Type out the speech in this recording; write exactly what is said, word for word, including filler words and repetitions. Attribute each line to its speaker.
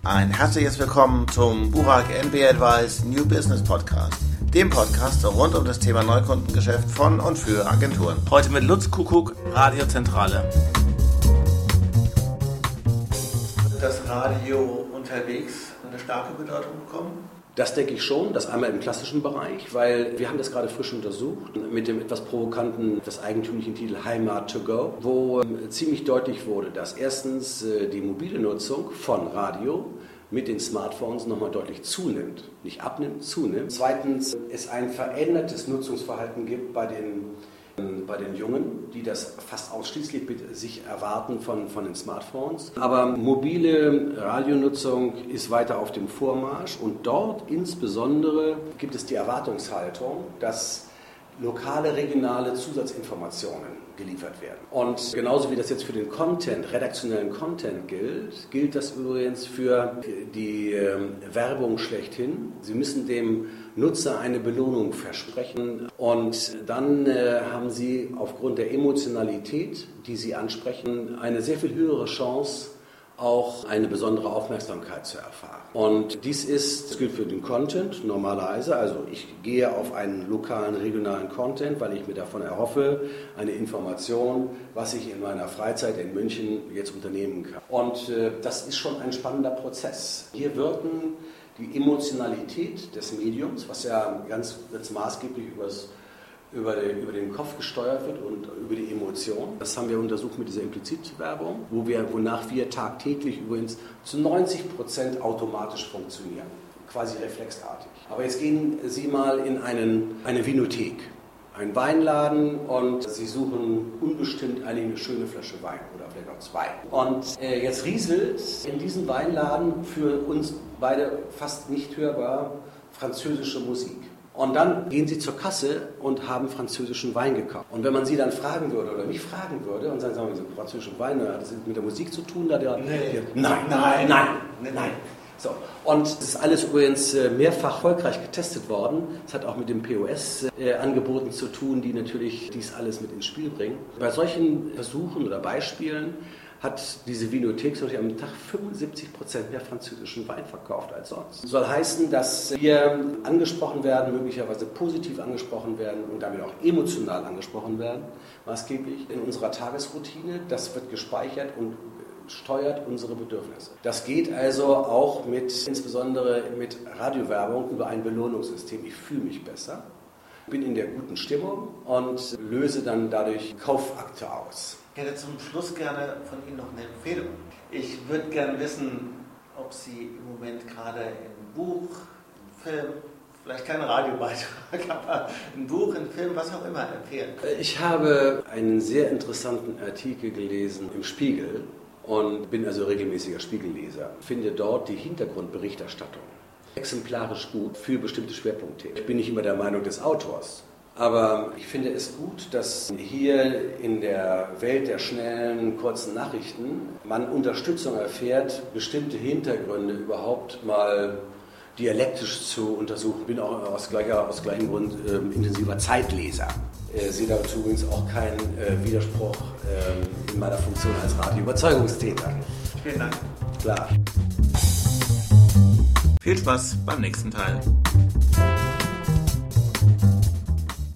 Speaker 1: Ein herzliches Willkommen zum Burak N B Advice New Business Podcast, dem Podcast rund um das Thema Neukundengeschäft von und für Agenturen. Heute mit Lutz Kuckuck, Radiozentrale. Das Radio unterwegs eine starke Bedeutung bekommen?
Speaker 2: Das denke ich schon, das einmal im klassischen Bereich, weil wir haben das gerade frisch untersucht mit dem etwas provokanten, etwas eigentümlichen Titel Heimat to Go, wo ähm, ziemlich deutlich wurde, dass erstens äh, die mobile Nutzung von Radio mit den Smartphones nochmal deutlich zunimmt, nicht abnimmt, zunimmt. Zweitens es ein verändertes Nutzungsverhalten gibt bei den bei den Jungen, die das fast ausschließlich mit sich erwarten von, von den Smartphones. Aber mobile Radionutzung ist weiter auf dem Vormarsch und dort insbesondere gibt es die Erwartungshaltung, dass lokale, regionale Zusatzinformationen geliefert werden. Und genauso wie das jetzt für den Content, redaktionellen Content gilt, gilt das übrigens für die äh, Werbung schlechthin. Sie müssen dem Nutzer eine Belohnung versprechen und dann äh, haben Sie aufgrund der Emotionalität, die Sie ansprechen, eine sehr viel höhere Chance, auch eine besondere Aufmerksamkeit zu erfahren. Und dies ist, das gilt für den Content normalerweise, also ich gehe auf einen lokalen, regionalen Content, weil ich mir davon erhoffe, eine Information, was ich in meiner Freizeit in München jetzt unternehmen kann. Und äh, das ist schon ein spannender Prozess. Hier wirken die Emotionalität des Mediums, was ja ganz, ganz maßgeblich übers Über den, über den Kopf gesteuert wird und über die Emotion. Das haben wir untersucht mit dieser Implizitwerbung, wo wir, wonach wir tagtäglich übrigens zu neunzig Prozent automatisch funktionieren, quasi reflexartig. Aber jetzt gehen Sie mal in einen, eine Vinothek, einen Weinladen und Sie suchen unbestimmt eine schöne Flasche Wein oder vielleicht auch zwei. Und äh, jetzt rieselt in diesem Weinladen für uns beide fast nicht hörbar französische Musik. Und dann gehen Sie zur Kasse und haben französischen Wein gekauft. Und wenn man Sie dann fragen würde oder mich fragen würde und sagen, sagen Sie, französischen Wein, hat das mit der Musik zu tun? Hat der,
Speaker 1: nee.
Speaker 2: der, nein, nein, nein, nein, nein. So. Und es ist alles übrigens mehrfach erfolgreich getestet worden. Es hat auch mit dem P O S-Angeboten zu tun, die natürlich dies alles mit ins Spiel bringen. Bei solchen Versuchen oder Beispielen hat diese Vinothek am Tag fünfundsiebzig Prozent mehr französischen Wein verkauft als sonst. Das soll heißen, dass wir angesprochen werden, möglicherweise positiv angesprochen werden und damit auch emotional angesprochen werden, maßgeblich in unserer Tagesroutine. Das wird gespeichert und steuert unsere Bedürfnisse. Das geht also auch mit, insbesondere mit Radiowerbung über ein Belohnungssystem. Ich fühle mich besser, bin in der guten Stimmung und löse dann dadurch Kaufakte aus.
Speaker 1: Ich hätte zum Schluss gerne von Ihnen noch eine Empfehlung. Ich würde gerne wissen, ob Sie im Moment gerade ein Buch, ein Film, vielleicht kein Radiobeitrag, aber ein Buch, ein Film, was auch immer empfehlen können.
Speaker 2: Ich habe einen sehr interessanten Artikel gelesen im Spiegel und bin also regelmäßiger Spiegelleser. Finde dort die Hintergrundberichterstattung exemplarisch gut für bestimmte Schwerpunktthemen. Ich bin nicht immer der Meinung des Autors. Aber ich finde es gut, dass hier in der Welt der schnellen, kurzen Nachrichten man Unterstützung erfährt, bestimmte Hintergründe überhaupt mal dialektisch zu untersuchen. Ich bin auch aus, gleicher, aus gleichem Grund äh, intensiver Zeitleser. Ich sehe dazu übrigens auch keinen äh, Widerspruch äh, in meiner Funktion als Radio-Überzeugungstäter.
Speaker 1: Vielen Dank.
Speaker 2: Klar.
Speaker 1: Viel Spaß beim nächsten Teil.